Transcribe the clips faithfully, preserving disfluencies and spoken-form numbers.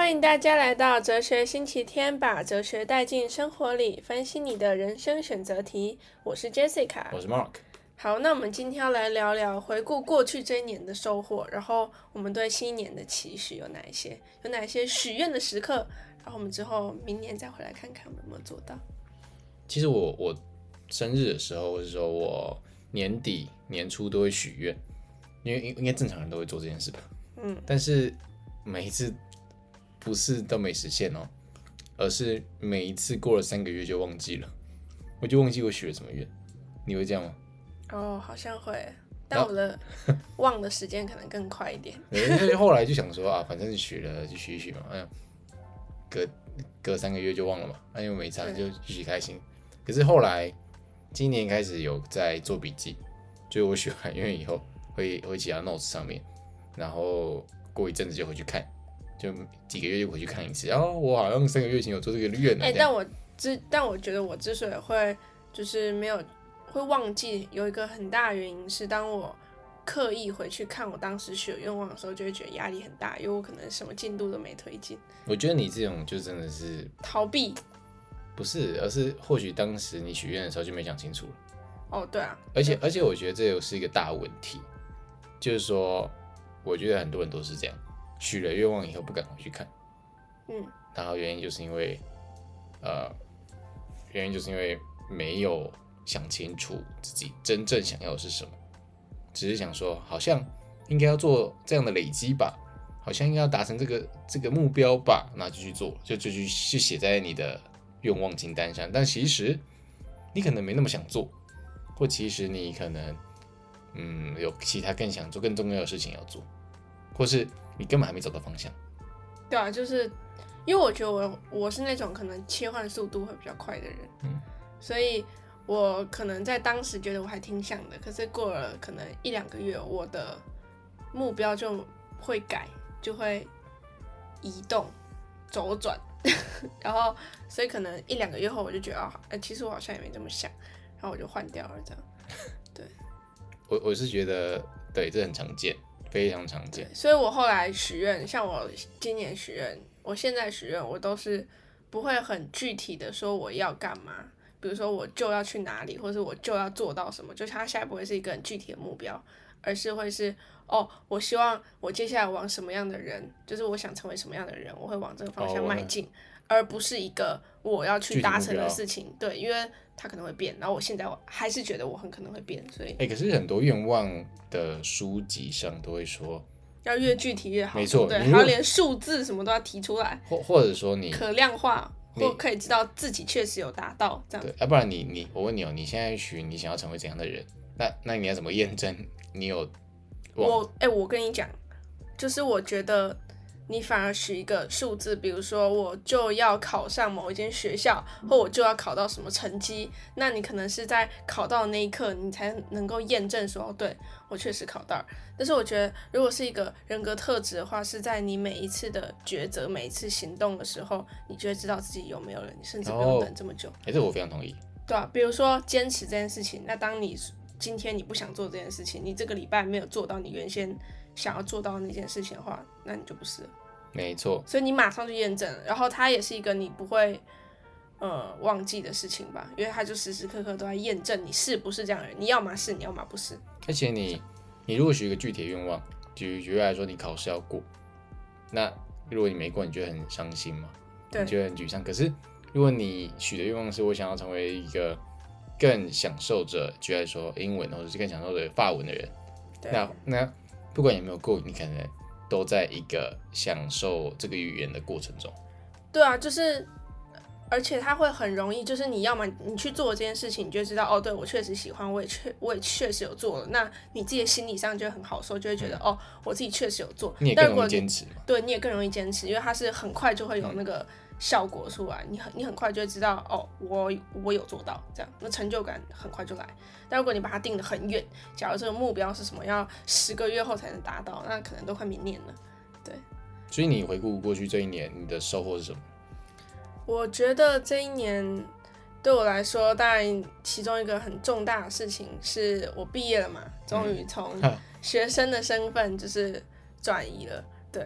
欢迎大家来到哲学星期天，把哲学带进生活里，分析你的人生选择题。我是 Jessica， 我是 Mark。 好，那我们今天要来聊聊回顾过去这一年的收获，然后我们对新一年的期许有哪一些，有哪些许愿的时刻，然后我们之后明年再回来看看我们有没有做到。 其实我我生日的时候，或者说我年底年初都会许愿，因为应该正常人都会做这件事吧。嗯，但是每一次不是都没实现哦，而是每一次过了三个月就忘记了，我就忘记我许了什么愿。你会这样吗？ 哦，好像会，但我的忘的时间可能更快一点。 对，后来就想说啊，反正许了就许一许嘛，哎呀，隔隔三个月就忘了嘛，那因为没差就许开心。可是后来今年开始有在做笔记，就是我许完愿以后会会写到 notes 上面，然后过一阵子就回去看，就几个月就回去看一次。然后我好像三个月前有做这个愿， 哎、欸，但我之但我觉得我之所以会就是没有会忘记，有一个很大的原因是，当我刻意回去看我当时许的愿望的时候，就会觉得压力很大，因为我可能什么进度都没推进。 我觉得你这种就真的是逃避。 不是，而是或许当时你许愿的时候就没想清楚了。 哦，对啊， 而且而且我觉得这又是一个大问题，就是说，我觉得很多人都是这样，许了愿望以后不敢回去看。嗯，然后原因就是因为，呃，原因就是因为没有想清楚自己真正想要的是什么，只是想说好像应该要做这样的累积吧，好像应该要达成这个这个目标吧，那就去做，就就去就写在你的愿望清单上。但其实你可能没那么想做，或其实你可能嗯有其他更想做、更重要的事情要做，或是你根本还没找到方向。 对啊，就是因为我觉得我我是那种可能切换速度会比较快的人，嗯，所以我可能在当时觉得我还挺想的，可是过了可能一两个月，我的目标就会改，就会移动、周转，然后所以可能一两个月后我就觉得啊、哦，其实我好像也没这么想，然后我就换掉了这样。对， 我我是觉得对，这很常见，非常常见。 所以我后来许愿，像我今年许愿，我现在许愿，我都是不会很具体的说我要干嘛。比如说我就要去哪里，或是我就要做到什么，就它下一步会是一个很具体的目标，而是会是哦，我希望我接下来往什么样的人，就是我想成为什么样的人，我会往这个方向迈进，哦，而不是一个我要去达成的事情。对，因为它可能会变，然后我现在还是觉得我很可能会变，所以哎、欸，可是很多愿望的书籍上都会说， 要越具体越好， 没错， 对，还要连数字什么都要提出来， 或或者说你可量化。或可以知道自己确实有达到这样。 对，要、啊、不然你你我问你哦，你现在许你想要成为怎样的人？那那你要怎么验证你有？ 我哎、欸，我跟你讲，就是我觉得你反而许一个数字，比如说我就要考上某一间学校，或我就要考到什么成绩，那你可能是在考到的那一刻，你才能够验证说，哦，对，我确实考到了。但是我觉得，如果是一个人格特质的话，是在你每一次的抉择、每一次行动的时候，你就会知道自己有没有了，你甚至不用等这么久。 哎、哦，这我非常同意。 对啊，比如说坚持这件事情，那当你今天你不想做这件事情，你这个礼拜没有做到你原先想要做到的那件事情的话，那你就不是了。 没错。 所以你马上就验证了，然后它也是一个你不会呃忘记的事情吧，因为它就时时刻刻都在验证你是不是这样的人，你要么是，你要么不是。 而且你你如果许一个具体的愿望，举举例来说，你考试要过，那如果你没过，你觉得很伤心吗？你觉得很沮丧。可是如果你许的愿望是我想要成为一个更享受着，举例来说英文或者是更享受着法文的人，那那不管有没有过，你可能都在一个享受这个语言的过程中。 对啊，就是而且它会很容易，就是你要么你去做这件事情，你就知道哦，对我确实喜欢，我也确我也确实有做了，那你自己的心理上就会很好受，就会觉得、嗯、哦，我自己确实有做。 你也更容易坚持嘛。 对，你也更容易坚持，因为它是很快就会有那个效果出来，嗯、你很你很快就会知道哦，我我有做到这样，那成就感很快就来。但如果你把它定得很远，假如这个目标是什么，要十个月后才能达到，那可能都快明年了。对。 所以你回顾过去这一年，你的收获是什么？ 我觉得这一年对我来说，当然其中一个很重大的事情是我毕业了嘛，终于从学生的身份就是转移了。对，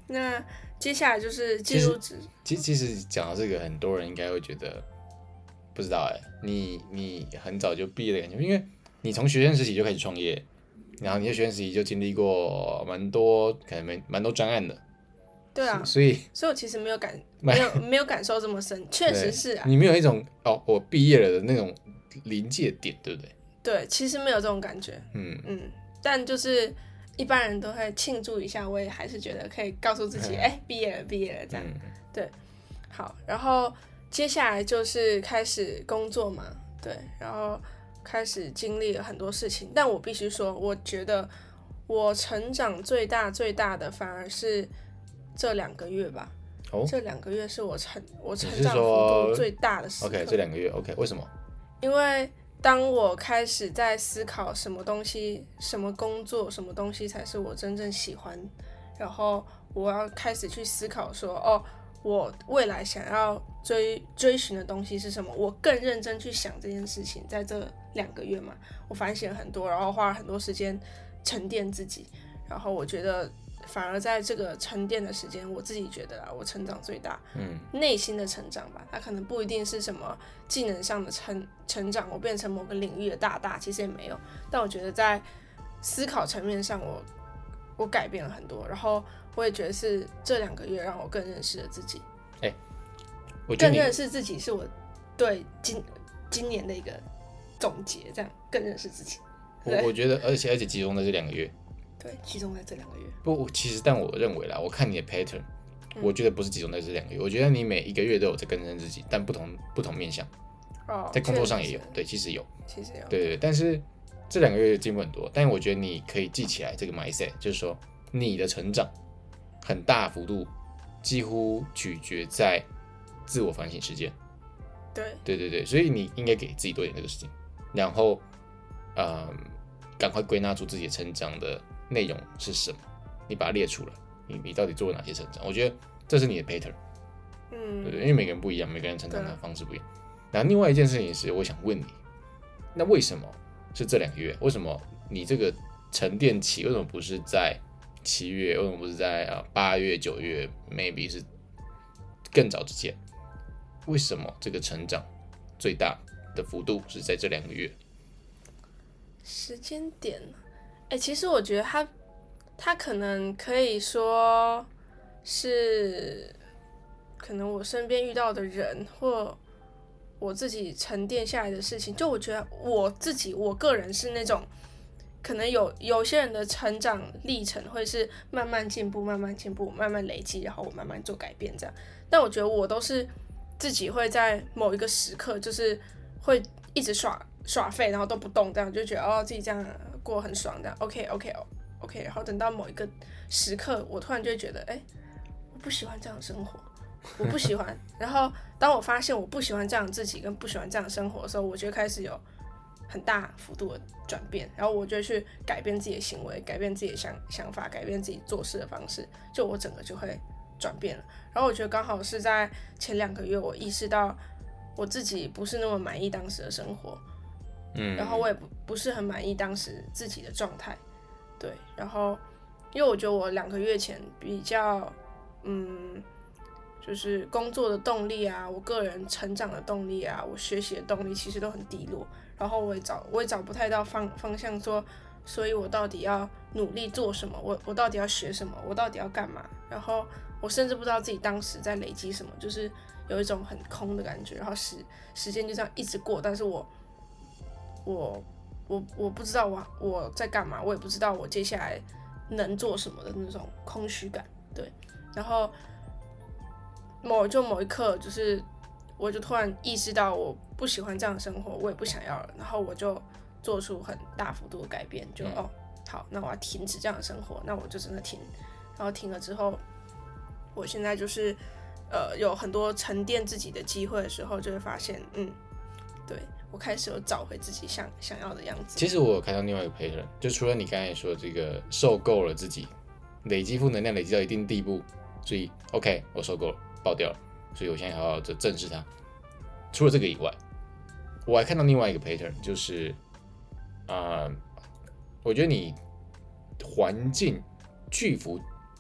那接下来就是进入职， 其实其实讲到这个，很多人应该会觉得不知道哎、欸，你你很早就毕业的感觉，因为你从学生时期就开始创业，然后你在学生时期就经历过蛮多可能蛮蛮多专案的。 对啊， 所以所以我其实没有感没有没有感受这么深，确实是啊。 你没有一种哦，我毕业了的那种临界点，对不对？ 对，其实没有这种感觉。嗯嗯，但就是一般人都会庆祝一下，我也还是觉得可以告诉自己，哎、欸，毕业了，毕业了这样。嗯、对，好，然后接下来就是开始工作嘛，对，然后开始经历了很多事情，但我必须说，我觉得我成长最大最大的反而是这两个月吧。哦、这两个月是我成我成长幅度最大的时刻。 OK， 这两个月 OK， 为什么？ 因为当我开始在思考什么东西、什么工作、什么东西才是我真正喜欢，然后我要开始去思考说，哦，我未来想要追追寻的东西是什么？我更认真去想这件事情。在这两个月嘛，我反省很多，然后花了很多时间沉淀自己，然后我觉得反而在这个沉淀的时间，我自己觉得啦，我成长最大，嗯，内心的成长吧。它可能不一定是什么技能上的成成长，我变成某个领域的大大，其实也没有。但我觉得在思考层面上我，我我改变了很多。然后我也觉得是这两个月让我更认识了自己。哎、欸，我觉得更认识自己是我对今今年的一个总结，这样更认识自己。 我我觉得，而且而且集中在这两个月。 对，集中在这两个月。 不，其实但我认为啦，我看你的 pattern，、嗯、我觉得不是集中在这两个月，我觉得你每一个月都有在更新自己，但不同不同面向。哦，在工作上也有，对，其实有， 其实有， 对对。但是这两个月进步很多，但我觉得你可以记起来这个 mindset， 就是说你的成长很大幅度，几乎取决在自我反省时间。 对， 对对对，所以你应该给自己多一点这个时间，然后，嗯，赶快归纳出自己的成长的内容是什么，你把它列出来，你你到底做了哪些成长？我觉得这是你的 pattern， 嗯，对对，因为每个人不一样，每个人成长的方式不一样。然后另外一件事情是，我想问你，那为什么是这两个月？为什么你这个沉淀期为什么不是在七月？为什么不是在啊八月、九月 ？maybe 是更早之前？为什么这个成长最大的幅度是在这两个月？ 时间点，哎、欸，其实我觉得他他可能可以说是，可能我身边遇到的人或我自己沉淀下来的事情，就我觉得我自己我个人是那种，可能有有些人的成长历程会是慢慢进步、慢慢进步、慢慢累积，然后我慢慢做改变这样。但我觉得我都是自己会在某一个时刻，就是会一直耍耍废，然后都不动，这样就觉得哦自己这样过很爽，这样 OK OK OK， 然后等到某一个时刻，我突然就会觉得，哎、欸，我不喜欢这样的生活。我不喜欢，然后当我发现我不喜欢这样自己跟不喜欢这样的生活的时候，我就开始有很大幅度的转变，然后我就去改变自己的行为，改变自己的想想法，改变自己做事的方式，就我整个就会转变了。然后我觉得刚好是在前两个月，我意识到我自己不是那么满意当时的生活，嗯，然后我也不不是很满意当时自己的状态，对，然后因为我觉得我两个月前比较，嗯。就是工作的动力啊，我个人成长的动力啊，我学习的动力其实都很低落，然后我也找我也找不太到方方向说，所以我到底要努力做什么？我我到底要学什么？我到底要干嘛？然后我甚至不知道自己当时在累积什么，就是有一种很空的感觉，然后时时间就这样一直过，但是我我我我不知道我我在干嘛，我也不知道我接下来能做什么的那种空虚感，对，然后。某就某一刻，就是我就突然意识到我不喜欢这样的生活，我也不想要了，然后我就做出很大幅度的改变，就、嗯、哦好，那我要停止这样的生活，那我就真的停，然后停了之后，我现在就是呃有很多沉淀自己的机会的时候，就会发现，嗯，对我开始有找回自己想想要的样子。 其实我有看到另外一个 pattern， 就除了你刚才说这个受够了自己累积负能量累积到一定地步，所以 OK 我受够了。爆掉了，所以我现在好好的正视它。除了这个以外，我还看到另外一个 pattern， 就是，啊、呃，我觉得你环境巨幅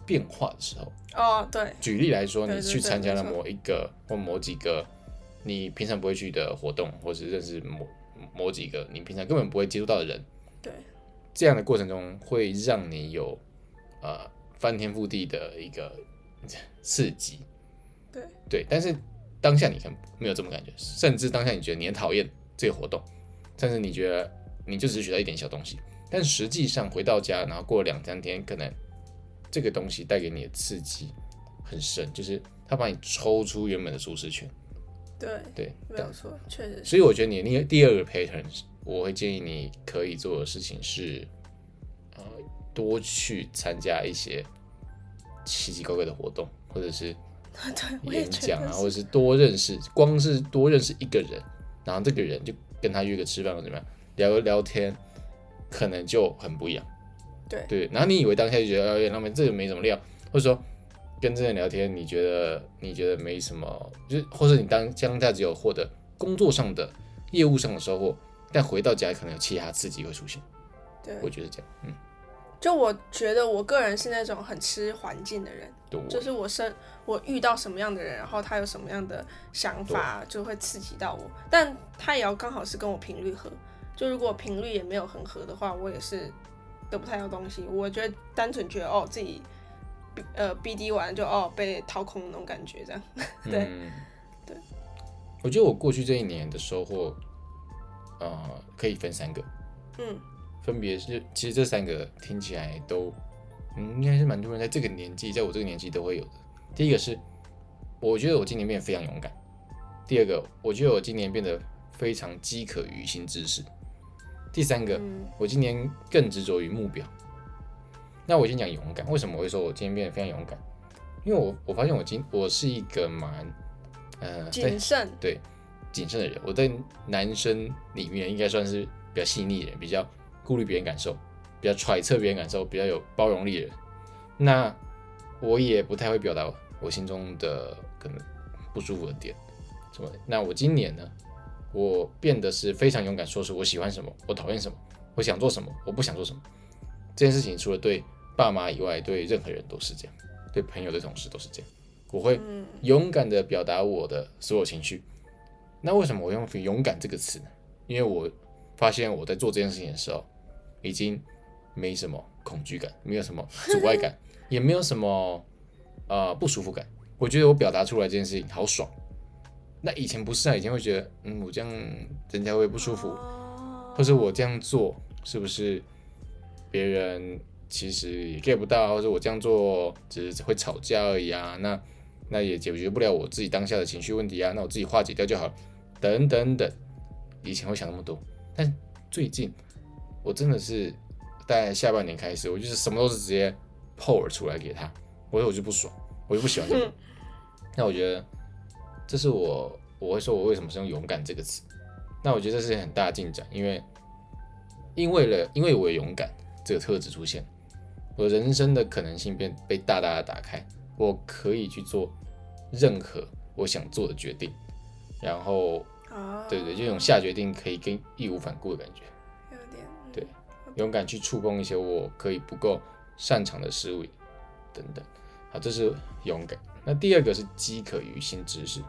变化的时候。 哦，对。 举例来说， 对对对， 你去参加了某一个或某几个你平常不会去的活动，或是认识某某几个你平常根本不会接触到的人。 对。 这样的过程中会让你有呃翻天覆地的一个刺激。 对。 对，但是当下你可能没有这么感觉，甚至当下你觉得你很讨厌这个活动，甚至你觉得你就只是学到一点小东西，但实际上回到家，然后过了两三天，可能这个东西带给你的刺激很深，就是它把你抽出原本的舒适圈。 对对， 没有错，确实是。 所以我觉得你的第二个 pattern， 我会建议你可以做的事情是，呃，多去参加一些奇奇怪怪的活动，或者是演讲啊，或者是多认识，光是多认识一个人，然后这个人就跟他约个吃饭或怎么样，聊聊天，可能就很不一样。 对对，然后你以为当下就觉得，哎，他们这个没什么料，或者说跟这个人聊天，你觉得你觉得没什么，就是或者你当当下只有获得工作上的、业务上的收获，但回到家可能有其他刺激会出现。 对， 我觉得这样，嗯。 就我觉得我个人是那种很吃环境的人，就是我生我遇到什么样的人，然后他有什么样的想法，就会刺激到我。但他也要刚好是跟我频率合，就如果频率也没有很合的话，我也是得不太到东西。我觉得单纯觉得哦自己呃 B D 完就哦被掏空那种感觉，这样。对、嗯、对。 我觉得我过去这一年的收获，呃，可以分三个。嗯。分别是，其实这三个听起来都，嗯，应该是蛮多人在这个年纪，在我这个年纪都会有的。第一个是，我觉得我今年变得非常勇敢；第二个，我觉得我今年变得非常饥渴于新知识；第三个，嗯、我今年更执着于目标。那我先讲勇敢，为什么我会说我今年变得非常勇敢？因为我我发现我今我是一个蛮呃谨慎， 对谨慎的人。我在男生里面应该算是比较细腻的人，比较顾虑别人感受，比较揣测别人感受，比较有包容力的人。那我也不太会表达我心中的可能不舒服的点。什么？那我今年呢，我变得是非常勇敢，说出我喜欢什么，我讨厌什么，我想做什么，我不想做什么。这件事情除了对爸妈以外，对任何人都是这样，对朋友、对同事都是这样。我会勇敢的表达我的所有情绪。那为什么我用勇敢这个词呢？因为我发现我在做这件事情的时候，已经没什么恐惧感，没有什么阻碍感，也没有什么呃不舒服感。我觉得我表达出来这件事情好爽。那以前不是啊，以前会觉得，嗯，我这样人家会不舒服，或者我这样做是不是别人其实也 get 不到，或者我这样做只是会吵架而已啊？那那也解决不了我自己当下的情绪问题啊，那我自己化解掉就好了，等等等。以前会想那么多，但最近我真的是大概下半年开始，我就是什么都是直接 pour 出来给他，我我就不爽，我就不喜欢这个。那我觉得这是我我会说我为什么是用勇敢这个词。那我觉得这是很大的进展，因为因为了因为我有勇敢这个特质出现，我人生的可能性被被大大的打开，我可以去做任何我想做的决定，然后。对对，就这种下决定可以跟义无反顾的感觉， 有点对，勇敢去触碰一些我可以不够擅长的事物等等。好，这是勇敢。那第二个是饥渴于新知识。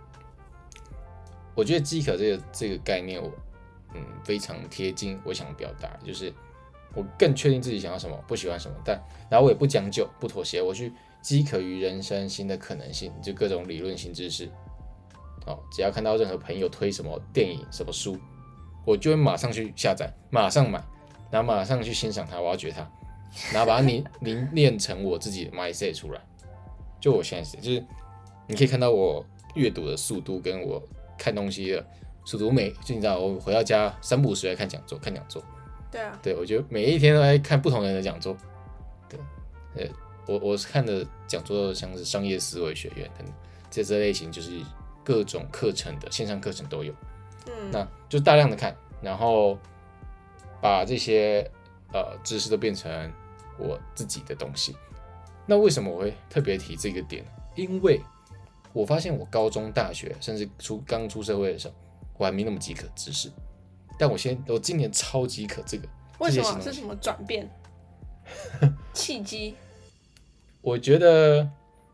我觉得饥渴这个这个概念我，嗯非常贴近我想表达，就是我更确定自己想要什么，不喜欢什么，但然后我也不将就，不妥协，我去饥渴于人生新的可能性，就各种理论新知识。哦，只要看到任何朋友推什么电影、什么书，我就会马上去下载，马上买，然后马上去欣赏它，我要学它，然后把它凝凝练成我自己的 mindset 出来。就我现在是，就是你可以看到我阅读的速度跟我看东西的速读每，就你知道，我回到家三不五时来看讲座，看讲座。 对啊。 对，我觉得每一天都在看不同人的讲座。对，呃，我我看的讲座像是商业思维学院等等，这这类型就是各种课程的线上课程都有。嗯，那就大量的看，然后把这些呃知识都变成我自己的东西。那为什么我会特别提这个点？因为我发现我高中、大学，甚至出刚出社会的时候，我还没那么饥渴知识，但我现我今年超级渴这个。 为什么？是什么转变？契机？ 我觉得，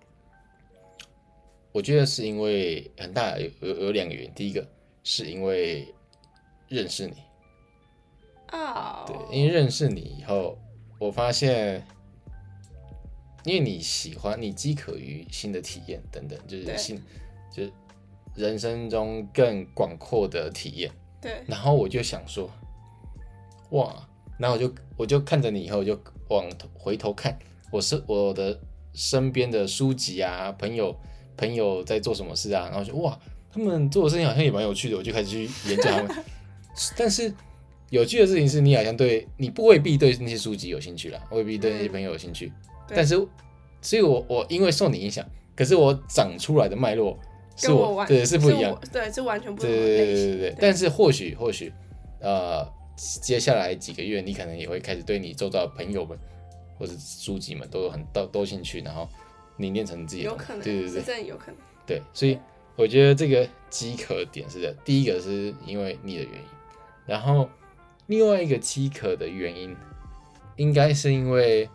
我觉得是因为很大有有有两个原因，第一个是因为认识你， 哦， 对，因为认识你以后，我发现，因为你喜欢，你饥渴于新的体验等等，就是新，就是人生中更广阔的体验。 对。 然后我就想说，哇，然后我就我就看着你以后，我就往回头看，我是我的身边的书籍啊，朋友朋友在做什么事啊，然后就哇，他们做的事情好像也蛮有趣的，我就开始去研究他们。但是有趣的事情是你好像对你不未必对那些书籍有兴趣啦，未必对那些朋友有兴趣，嗯、但是所以我我因为受你影响，可是我长出来的脉络是我, 我对是不一样， 对，是完全不同的类型。 对对对 对, 对但是或许或许呃接下来几个月你可能也会开始对你周遭的朋友们或者书籍们都很都都兴趣，然后你念成自己的东西， 有可能， 对对对， 是真的有可能。 对，所以我觉得这个饥渴点是的，第一个是因为你的原因，然后另外一个饥渴的原因，应该是因为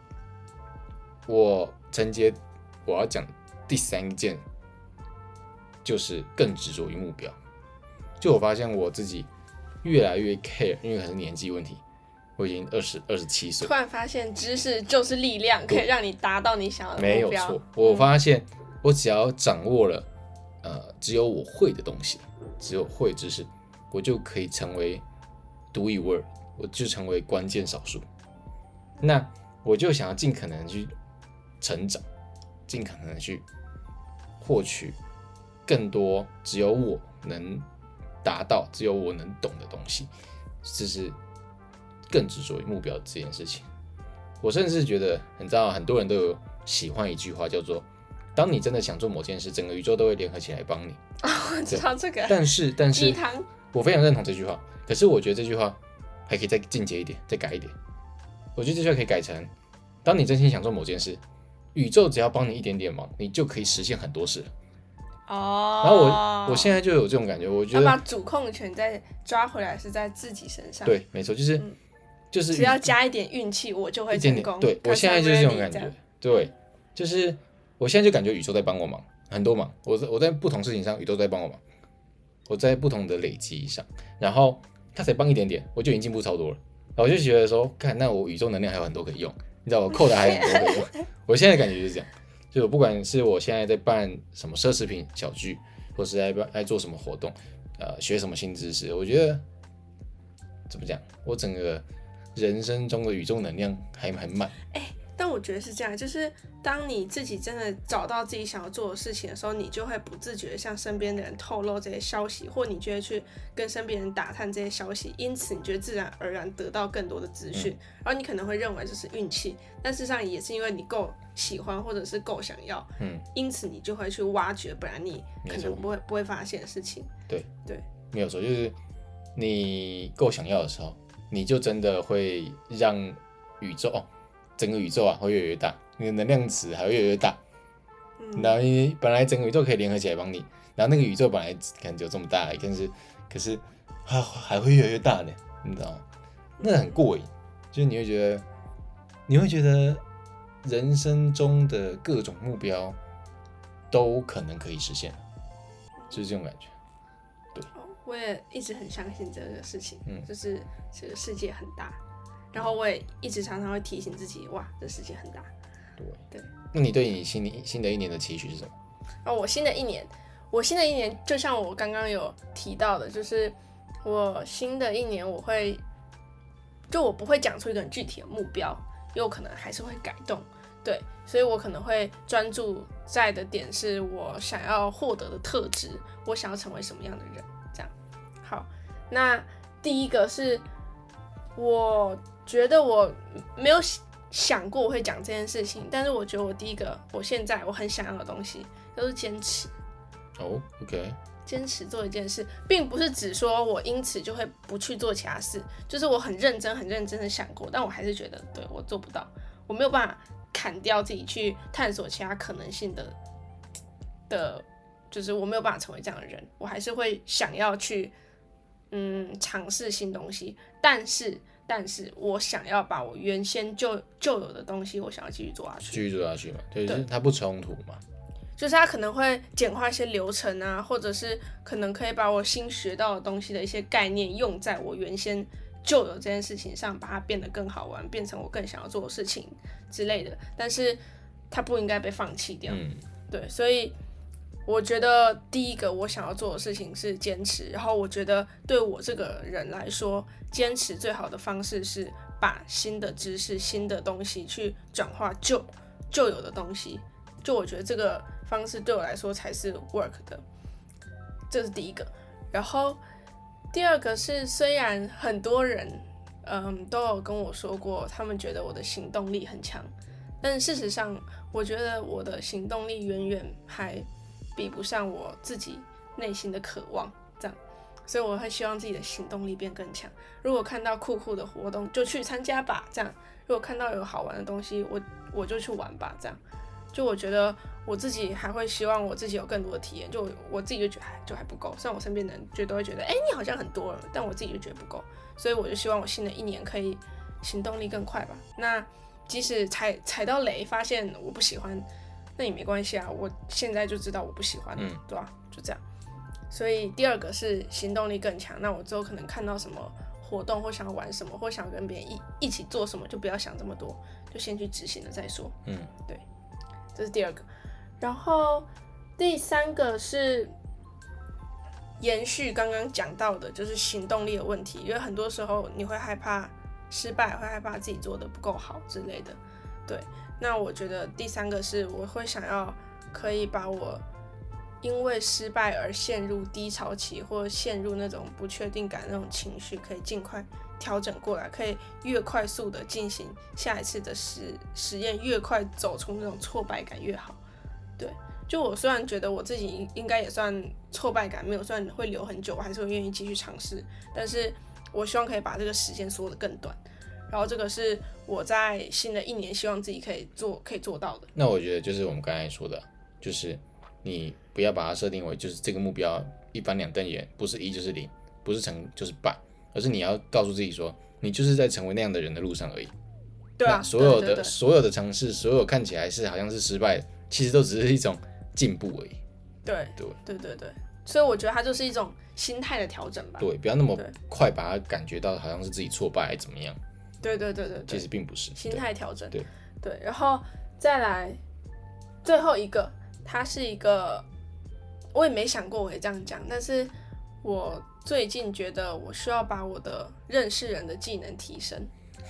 我承接我要讲第三件，就是更执着于目标。就我发现我自己越来越 care， 因为可能是年纪问题，我已经二十二十七岁， 突然发现知识就是力量，可以让你达到你想要的目标。 没有错，我发现我只要掌握了，呃，只有我会的东西，只有会知识，我就可以成为独一无二，我就成为关键少数。那我就想要尽可能去成长，尽可能去获取更多只有我能达到、只有我能懂的东西，这是更执着于目标这件事情。我甚至觉得，你知道，很多人都有喜欢一句话，叫做“当你真的想做某件事，整个宇宙都会联合起来帮你。” 哦，我知道这个。 但是，但是， 鸡汤， 我非常认同这句话。可是，我觉得这句话还可以再进阶一点，再改一点。我觉得这句话可以改成：当你真心想做某件事，宇宙只要帮你一点点忙，你就可以实现很多事了。 哦。 然后我我现在就有这种感觉，我觉得要把主控权再抓回来是在自己身上。 对，没错，就是、 嗯、 就是只要加一点运气，我就会成功。 一点点对，我现在就是这种感觉。对，就是我现在就感觉宇宙在帮我忙，很多忙。我在我在不同事情上，宇宙在帮我忙。我在不同的累积上，然后他才帮一点点，我就已经进步超多了。然后我就觉得说，看那我宇宙能量还有很多可以用，你知道我扣的还有很多可以用。我现在的感觉就是这样，就不管是我现在在办什么奢侈品小聚，或是在在做什么活动，呃，学什么新知识，我觉得怎么讲，我整个人生中的宇宙能量还很满。 哎、欸，但我觉得是这样，就是当你自己真的找到自己想要做的事情的时候，你就会不自觉地向身边的人透露这些消息，或你就会去跟身边人打探这些消息，因此你就会自然而然得到更多的资讯、嗯，然后你可能会认为这是运气，但事实上也是因为你够喜欢或者是够想要，嗯，因此你就会去挖掘本来你可能不会不会发现的事情。 对对， 没有错，就是你够想要的时候，你就真的会让宇宙哦。整个宇宙啊会越来越大，你的能量池还会越来越大，嗯、然后你本来整个宇宙可以联合起来帮你，然后那个宇宙本来可能只有这么大，但是可是还还会越来越大呢，你知道吗？那很过瘾，就是你会觉得，你会觉得人生中的各种目标都可能可以实现，就是这种感觉。对， 我也一直很相信这个事情，嗯、就是这个世界很大。然后我也一直常常会提醒自己，哇，这世界很大。 对对。 那你对你新新的一年的期许是什么？ 哦，我新的一年，我新的一年就像我刚刚有提到的，就是我新的一年我会，就我不会讲出一个很具体的目标，因为我可能还是会改动。对，所以我可能会专注在的点是我想要获得的特质，我想要成为什么样的人，这样。好，那第一个是我。觉得我没有想过我会讲这件事情，但是我觉得我第一个，我现在我很想要的东西就是坚持。 哦、oh, ，OK。 坚持做一件事，并不是指说我因此就会不去做其他事，就是我很认真、很认真的想过，但我还是觉得，对我做不到，我没有办法砍掉自己去探索其他可能性的的，就是我没有办法成为这样的人，我还是会想要去嗯尝试新东西，但是。 但是我想要把我原先就就有的东西，我想要继续做下去， 继续做下去嘛，就是它不冲突嘛。 就是它可能会简化一些流程啊，或者是可能可以把我新学到的东西的一些概念用在我原先就有这件事情上，把它变得更好玩，变成我更想要做的事情之类的。但是它不应该被放弃掉。嗯，对，所以我觉得第一个我想要做的事情是坚持，然后我觉得对我这个人来说，坚持最好的方式是把新的知识、新的东西去转化旧旧有的东西。就我觉得这个方式对我来说才是 work 的，这是第一个。然后第二个是，虽然很多人嗯都有跟我说过，他们觉得我的行动力很强，但事实上，我觉得我的行动力远远还比不上我自己内心的渴望，这样，所以我会希望自己的行动力变更强。如果看到酷酷的活动，就去参加吧，这样；如果看到有好玩的东西，我我就去玩吧，这样。就我觉得我自己还会希望我自己有更多的体验，就 我, 我自己就觉得就还不够。虽然我身边的人就都会觉得，哎、欸，你好像很多了，但我自己就觉得不够。所以我就希望我新的一年可以行动力更快吧。那即使踩踩到雷，发现我不喜欢，那也没关系啊。我现在就知道我不喜欢，嗯，对吧、啊？就这样。所以第二个是行动力更强。那我之后可能看到什么活动，或想要玩什么，或想要跟别人 一, 一起做什么，就不要想这么多，就先去执行了再说。嗯，对。这是第二个，然后第三个是延续刚刚讲到的，就是行动力的问题。因为很多时候你会害怕失败，会害怕自己做的不够好之类的。对，那我觉得第三个是我会想要可以把我因为失败而陷入低潮期，或者陷入那种不确定感那种情绪，可以尽快调整过来，可以越快速的进行下一次的实实验，越快走出那种挫败感越好。对，就我虽然觉得我自己应该也算挫败感没有算会留很久，我还是会愿意继续尝试，但是我希望可以把这个时间缩得更短。然后这个是我在新的一年希望自己可以做可以做到的。 那我觉得就是我们刚才说的，就是你不要把它设定为就是这个目标一翻两瞪眼，不是一就是零，不是成就是败。而是你要告诉自己说，你就是在成为那样的人的路上而已。 对啊， 所有的对对对所有的尝试，所有看起来是好像是失败，其实都只是一种进步而已。 对对对对对，所以我觉得它就是一种心态的调整吧。 对，不要那么快把它感觉到好像是自己挫败还怎么样。 对对对 对, 对， 其实并不是心态调整。 对对, 对，然后再来最后一个，它是一个我也没想过我会这样讲，但是我最近觉得我需要把我的认识人的技能提升。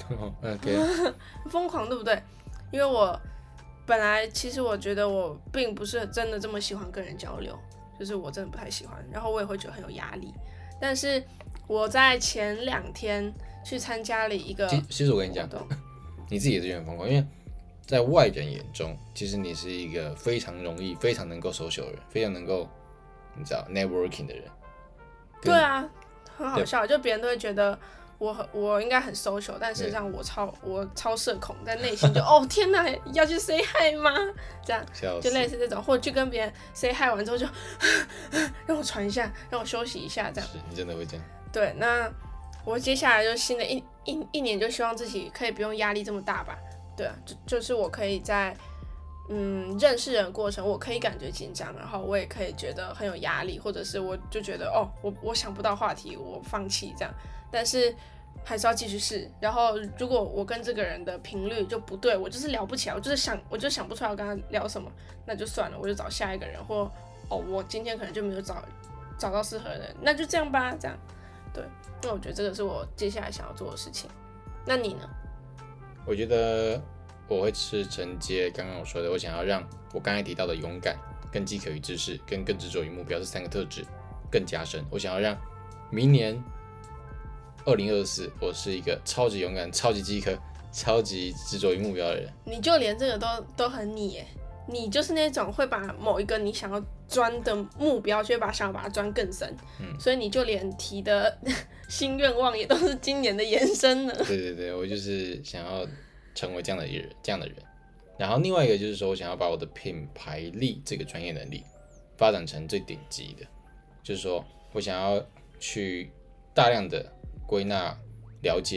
OK， 疯狂对不对？因为我本来其实我觉得我并不是真的这么喜欢跟人交流，就是我真的不太喜欢，然后我也会觉得很有压力。但是我在前两天去参加了一个， 其实我跟你讲，你自己也是很疯狂，因为在外人眼中，其实你是一个非常容易、非常能够 social 的人，非常能够你知道 networking 的人。 对啊，很好笑，就别人都会觉得我我应该很 social， 但事实上我超我超社恐，在内心就哦天哪，要去 say hi 吗？这样就类似这种，或者去跟别人 say hi 完之后就让我喘一下，让我休息一下，这样。 是你真的会这样？ 对，那我接下来就新的一一一年就希望自己可以不用压力这么大吧。对啊，就就是我可以在嗯认识人的过程，我可以感觉紧张，然后我也可以觉得很有压力，或者是我就觉得哦我我想不到话题，我放弃这样，但是还是要继续试。然后如果我跟这个人的频率就不对，我就是聊不起来，我就是想我就想不出来我跟他聊什么，那就算了，我就找下一个人，或哦我今天可能就没有找找到适合的人，那就这样吧，这样。对，那我觉得这个是我接下来想要做的事情。那你呢？ 我觉得我会是承接刚刚我说的，我想要让我刚才提到的勇敢、更饥渴于知识、跟更执着于目标这三个特质更加深。我想要让明年二零二四，我是一个超级勇敢、超级饥渴、超级执着于目标的人。 你就连这个都都很你耶，你就是那种会把某一个你想要钻的目标，就会把想要把它钻更深、嗯，所以你就连提的新愿望也都是今年的延伸呢。 对对对，我就是想要成为这样的人，这样的人。然后另外一个就是说，我想要把我的品牌力这个专业能力发展成最顶级的，就是说我想要去大量的归纳、了解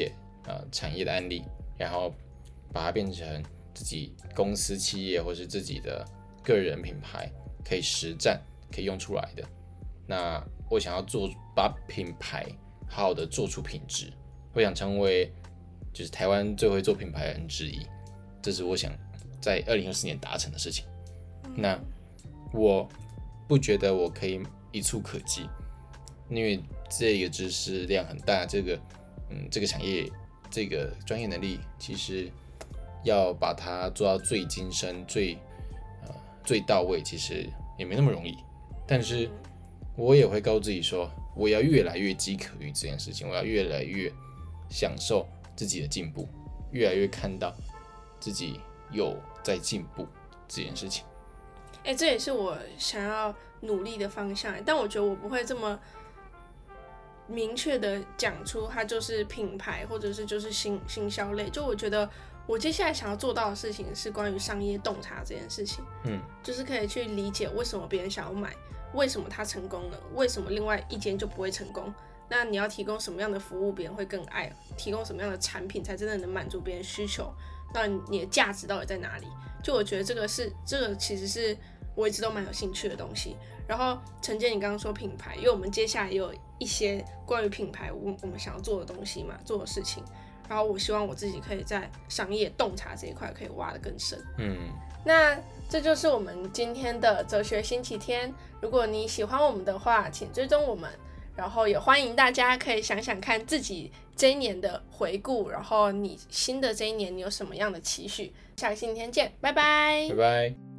呃产业的案例，然后把它变成自己公司企业或是自己的个人品牌可以实战可以用出来的。那我想要做把品牌好好的做出品质，我想成为就是台湾最会做品牌的人之一，这是我想在二零二四年达成的事情。那我不觉得我可以一触可及，因为这个知识量很大，这个嗯这个产业这个专业能力，其实要把它做到最精深、最呃最到位，其实也没那么容易。但是我也会告诉自己说，我要越来越饥渴于这件事情，我要越来越享受自己的进步，越来越看到自己有在进步这件事情。 哎、欸，这也是我想要努力的方向。但我觉得我不会这么明确的讲出它就是品牌，或者是就是行行销类。就我觉得我接下来想要做到的事情是关于商业洞察这件事情。嗯，就是可以去理解为什么别人想要买，为什么他成功了，为什么另外一间就不会成功。那你要提供什么样的服务别人会更爱，提供什么样的产品才真的能满足别人需求，那你的价值到底在哪里？就我觉得这个是这个其实是我一直都蛮有兴趣的东西。然后承接你刚刚说品牌，因为我们接下来也有一些关于品牌我我们想要做的东西嘛，做的事情，然后我希望我自己可以在商业洞察这一块可以挖得更深。嗯，那这就是我们今天的哲学星期天。如果你喜欢我们的话，请追踪我们，然后也欢迎大家可以想想看自己这一年的回顾，然后你新的这一年你有什么样的期许。下个星期天见，拜拜， 拜拜。